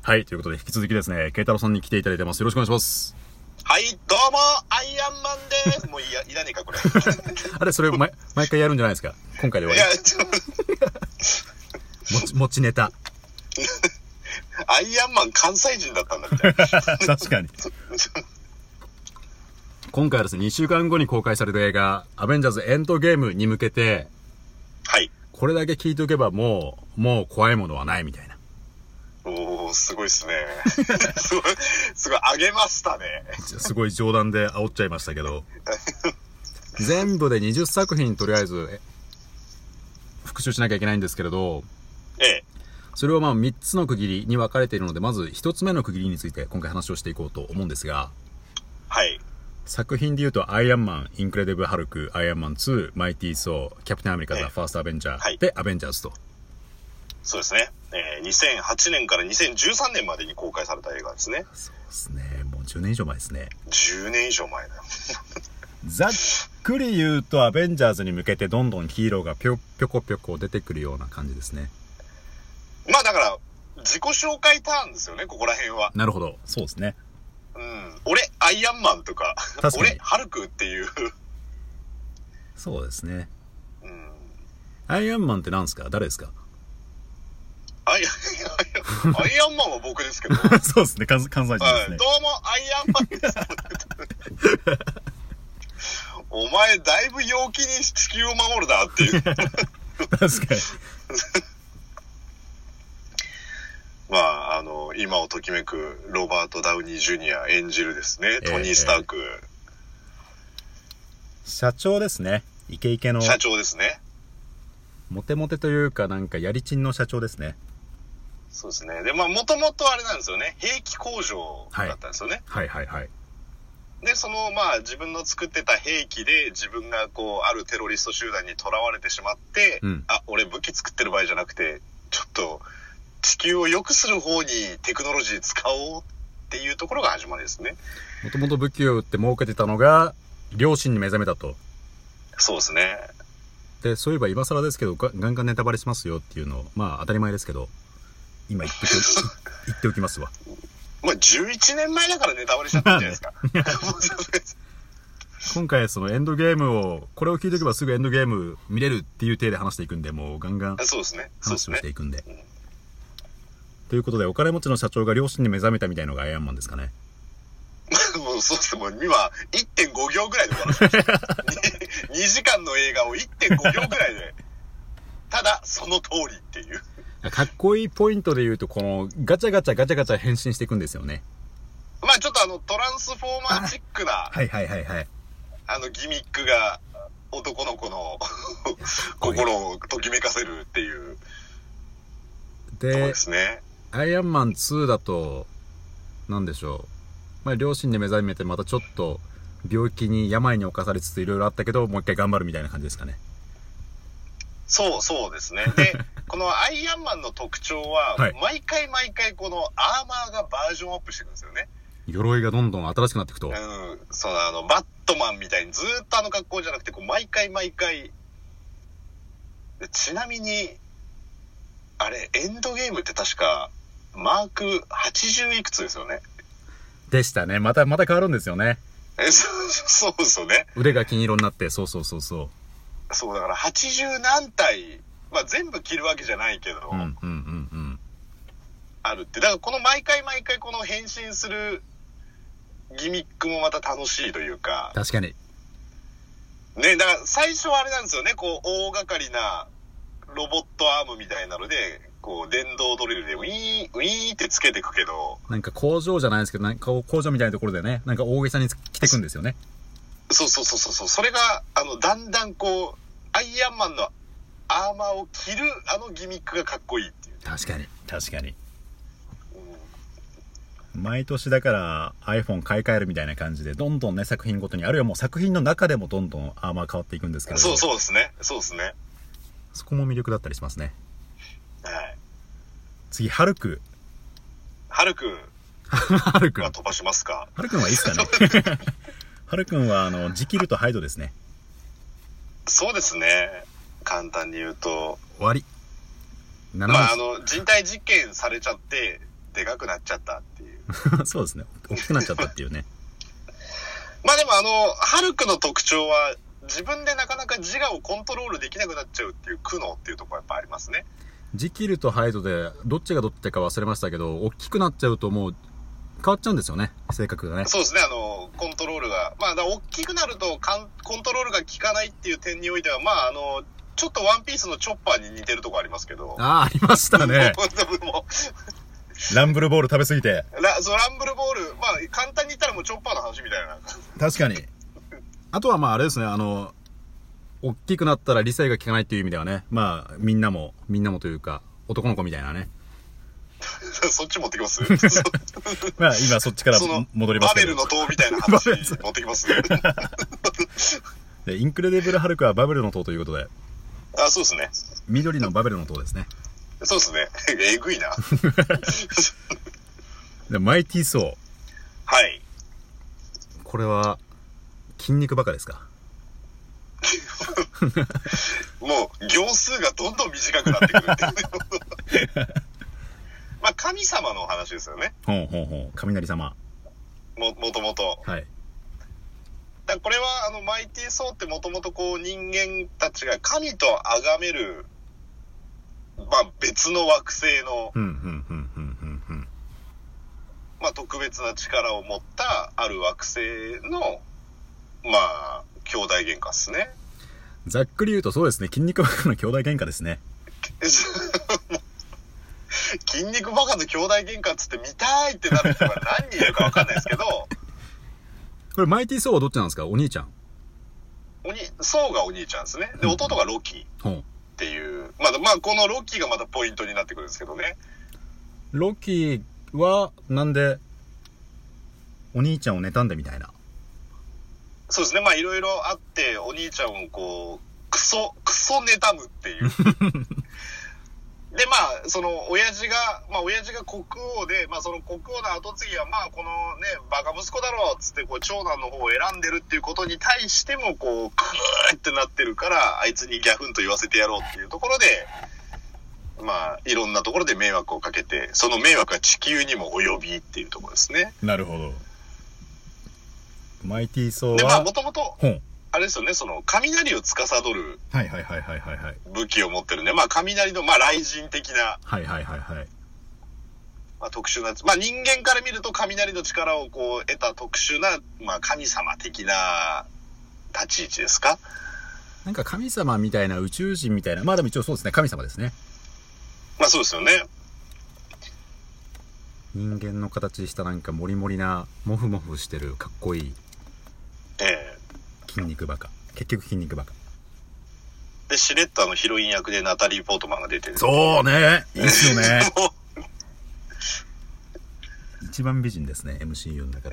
はい、ということで引き続きですね、慶太郎さんに来ていただいてます。よろしくお願いします。 はい、どうもアイアンマンです。もういらねえかこれ。 あれ、それ毎回やるんじゃないですか。今回で終わり。持ちネタ。 アイアンマン関西人だったんだみたいな。 確かに。今回はですね、2週間後に公開される映画アベンジャーズエンドゲームに向けて、 はい、 これだけ聞いておけばもう怖いものはないみたいな。 おー、すごいっすね。すごい上げましたね。 すごい冗談で煽っちゃいましたけど、全部で20作品とりあえず復習しなきゃいけないんですけれど、それをまあ3つの区切りに分かれているので、まず1つ目の区切りについて今回話をしていこうと思うんですが、 はい。 作品でいうとアイアンマン、インクレディブル・ハルク、アイアンマン2、マイティー・ソー、キャプテン・アメリカ・ザ・ファースト・アベンジャーでアベンジャーズと。 そうですね。2008年から2013年までに公開された映画ですね。 そうですね。もう10年以上前ですね。 10年以上前だよ。 ざっくり言うとアベンジャーズに向けてどんどんヒーローがぴょこぴょこ出てくるような感じですね。 まあだから自己紹介ターンですよね、ここら辺は。 なるほど、そうですね。 うん、俺アイアンマンとか俺ハルクっていう。 そうですね。 うん、 アイアンマンって何ですか？誰ですか？ アイアンマンは僕ですけど。 そうですね、関西人ですね。 どうもアイアンマンです。お前だいぶ陽気に地球を守るなっていう。 確かに。 まあ今をときめくロバート・ダウニー・ジュニア演じるですね、トニー・スターク、 社長ですね。イケイケの社長ですね。 モテモテというかなんかやりちんの社長ですね。 そうですね。でまあもともとあれなんですよね、兵器工場だったんですよね。 はいはいはい。 でそのまあ自分の作ってた兵器で自分がこうあるテロリスト集団に囚われてしまって、俺武器作ってる場合じゃなくてちょっと地球を良くする方にテクノロジー使おうっていうところが始まりですね。 もともと武器を売って儲けてたのが良心に目覚めたと。 そうですね。 でそういえば今更ですけどガンガンネタバレしますよっていうのをまあ当たり前ですけど今言っておきますわ。 まあ11年前だからネタバレしちゃったんじゃないですか。 今回そのエンドゲームをこれを聞いておけばすぐエンドゲーム見れるっていう体で話していくんで、もうガンガン話をしていくんで。ということでお金持ちの社長が良心に目覚めたみたいのがアイアンマンですかね。 もうそうですね。もう今 1.5 行ぐらいで終わらせて2時間の映画を 1.5 行ぐらいでただその通りっていう。 かっこいいポイントで言うとこのガチャガチャ変身していくんですよね。 まあちょっとトランスフォーマーチックなはいはいはいはい、 ギミックが男の子の心をときめかせるっていうで、 そうですね。 アイアンマン2だとなんでしょう、まあ両親で目覚めてまたちょっと病気に病に侵されつついろいろあったけどもう一回頑張るみたいな感じですかね。 そうですね。でこのアイアンマンの特徴は、毎回このアーマーがバージョンアップしてるんですよね。 鎧がどんどん新しくなっていくと、 そのバットマンみたいにずっと格好じゃなくてこう毎回でちなみにあれエンドゲームって確かマーク80いくつですよね。 でしたね。また変わるんですよね。 そうですよね。 腕が金色になって、そうだから80何体、まあ全部着るわけじゃないけど、あるって。だからこの毎回この変身するギミックもまた楽しいというか。 確かに。 ね、だから最初はあれなんですよね、こう大掛かりなロボットアームみたいなので、こう電動ドリルでウィーってつけていくけど。なんか工場じゃないですけど、なんか工場みたいなところでね、なんか大げさに着ていくんですよね。 そう。それが、だんだんこう、アイアンマンのアーマーを着るギミックがかっこいいっていう。 確かに。毎年だから iPhone 買い替えるみたいな感じで、どんどんね、作品ごとに、あるいはもう作品の中でもどんどんアーマー変わっていくんですけど。 そうですね。 そこも魅力だったりしますね。 はい。 次、ハルクは飛ばしますか？ ハルくんはいいっすかね。ハルくんはジキルとハイドですね。 そうですね。簡単に言うと終わり。 まあ人体実験されちゃって、 でかくなっちゃったっていう。 そうですね。大きくなっちゃったっていうね。 まあでもハルクの特徴は、自分でなかなか自我をコントロールできなくなっちゃうっていう苦悩っていうところやっぱありますね。 ジキルとハイドで、どっちがどっちか忘れましたけど、大きくなっちゃうともう、変わっちゃうんですよね、性格がね。 そうですね、コントロールが。まあ、大きくなるとコントロールが効かないっていう点においては、まあ、ちょっとワンピースのチョッパーに似てるとこありますけど。 ありましたね。ランブルボール食べ過ぎて。 そう、ランブルボール、まあ、簡単に言ったらもうチョッパーの話みたいな。 確かに。あとはまあ、あれですね、大きくなったら理性が効かないっていう意味ではね、まあ、みんなもというか、男の子みたいなね。 そっち持ってきますまあ、今そっちから戻りますけど。 バベルの塔みたいな話持ってきますインクレディブルハルクはバベルの塔ということで。 あ、そうですね。 緑のバベルの塔ですね。 そうですね。えぐいな。 でマイティーソー。 はい。 これは、筋肉バカですか？ もう、行数がどんどん短くなってくるっていう。まあ、神様の話ですよね。 ほうほうほう。雷様。 もともと。 はい。 だこれは、マイティーソーってもともとこう、人間たちが神と崇める、まあ、別の惑星の、まあ、特別な力を持ったある惑星の、まあ、兄弟喧嘩っすね。 ざっくり言うとそうですね、筋肉バカの兄弟喧嘩ですね。 筋肉バカの兄弟喧嘩っつって見たいってなる人が何人いるか分かんないですけどこれマイティーソーはどっちなんですか？お兄ちゃん？ ソーがお兄ちゃんですね。で、弟がロキっていう、まあこのロキがまたポイントになってくるんですけどね。 ロキはなんでお兄ちゃんを妬んでみたいな。 そうですね。まあいろいろあってお兄ちゃんをこうクソ妬むっていうで、まあ、その、親父が国王で、まあ、その国王の後継ぎは、まあ、このね、バカ息子だろう、つって、こう、長男の方を選んでるっていうことに対しても、こう、クーってなってるから、あいつにギャフンと言わせてやろうっていうところで、まあ、いろんなところで迷惑をかけて、その迷惑が地球にも及びっていうところですね。 なるほど。マイティーソーは。 で、まあ、もともと、あれですよね、その、雷を司る。武器を持ってるね。まあ、雷の、まあ、雷神的な。まあ、特殊な、まあ、人間から見ると雷の力をこう、得た特殊な、まあ、神様的な立ち位置ですか？ なんか神様みたいな宇宙人みたいな。まあ、でも一応そうですね、神様ですね。 まあ、そうですよね。 人間の形したなんかモリモリな、モフモフしてる、かっこいい。筋肉バカ。結局筋肉バカ。 で、しれっとヒロイン役でナタリー・ポートマンが出てる。 そうね。いいっすよね。一番美人ですね、MCU の中で。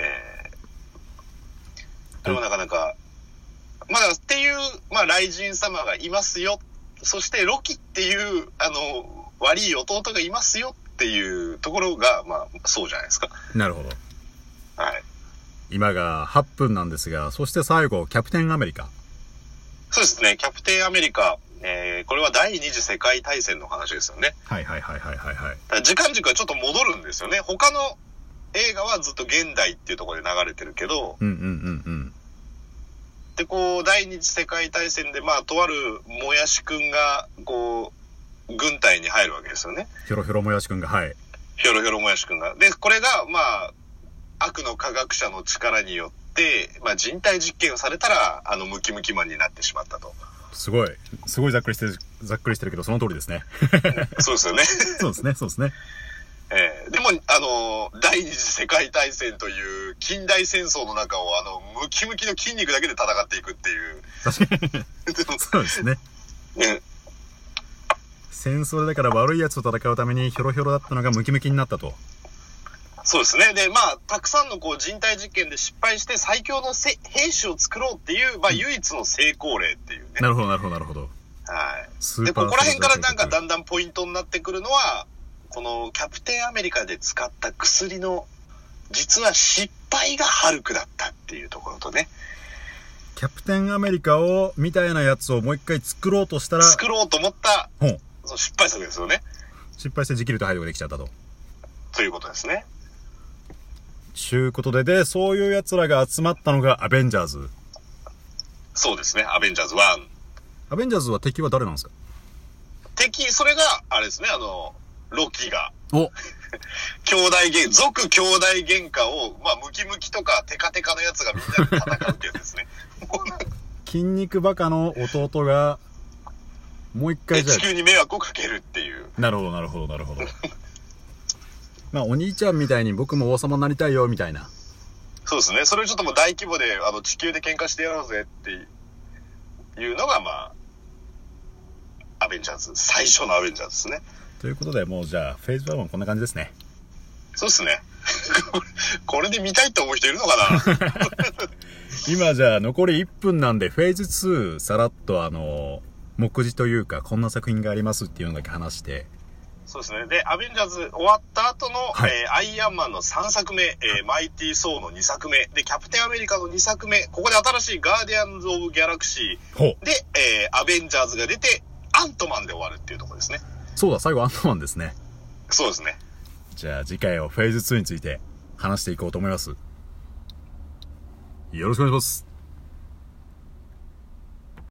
でもなかなか、まあ、っていう、まあ、雷神様がいますよ。そして、ロキっていう、悪い弟がいますよっていうところが、まあ、そうじゃないですか。 なるほど。 はい。 今が8分なんですが、そして最後、キャプテンアメリカ。 そうですね、キャプテンアメリカ。これは第二次世界大戦の話ですよね。時間軸はちょっと戻るんですよね。他の映画はずっと現代っていうところで流れてるけど、で、こう、第二次世界大戦で、まあ、とあるもやしくんが、こう、軍隊に入るわけですよね。 ひょろひょろもやしくんが、はい。 ひょろひょろもやしくんが。で、これが、まあ、悪の科学者の力によって、まあ、人体実験をされたら、ムキムキマンになってしまったと。 すごいざっくりしてるけど、その通りですね。 そうですよね。 そうですね。 でも、第二次世界大戦という近代戦争の中を、ムキムキの筋肉だけで戦っていくっていう。 確かに。そうですね。戦争でだから悪い奴と戦うためにヒョロヒョロだったのがムキムキになったと。 そうですね。で、まあ、たくさんのこう人体実験で失敗して最強の兵士を作ろうっていう、まあ、唯一の成功例っていうね。 なるほど。はい。 で、ここら辺からなんかだんだんポイントになってくるのは、このキャプテンアメリカで使った薬の、実は失敗がハルクだったっていうところとね。 キャプテンアメリカみたいなやつをもう一回作ろうとしたら。 作ろうと思った、その失敗作ですよね。 失敗してジキルとハイドができちゃったと。 ということですね。 ちゅうことで、そういう奴らが集まったのがアベンジャーズ。 そうですね、アベンジャーズ1。 アベンジャーズは敵は誰なんですか？ 敵、それが、あれですね、ロキが。 お族兄弟喧嘩を、まあ、ムキムキとかテカテカのやつがみんなで戦うってやつですね。 筋肉バカの弟が、もう一回じゃあ地球に迷惑をかけるっていう。 なるほど。まあ、お兄ちゃんみたいに僕も王様になりたいよ、みたいな。 そうですね。それをちょっともう大規模で、地球で喧嘩してやろうぜっていうのが、まあ、アベンジャーズ、最初のアベンジャーズですね。 ということで、もうじゃあ、フェーズ1はこんな感じですね。 そうですね。これで見たいって思う人いるのかな。 今じゃあ、残り1分なんで、フェーズ2、さらっと目次というか、こんな作品がありますっていうのだけ話して。 そうですね。で、アベンジャーズ終わった後の、はい、アイアンマンの3作目、マイティー・ソーの2作目、で、キャプテンアメリカの2作目、ここで新しいガーディアンズ・オブ・ギャラクシーで、アベンジャーズが出て、アントマンで終わるっていうところですね。 そうだ、最後アントマンですね。 そうですね。 じゃあ次回はフェーズ2について話していこうと思います。よろしくお願いします。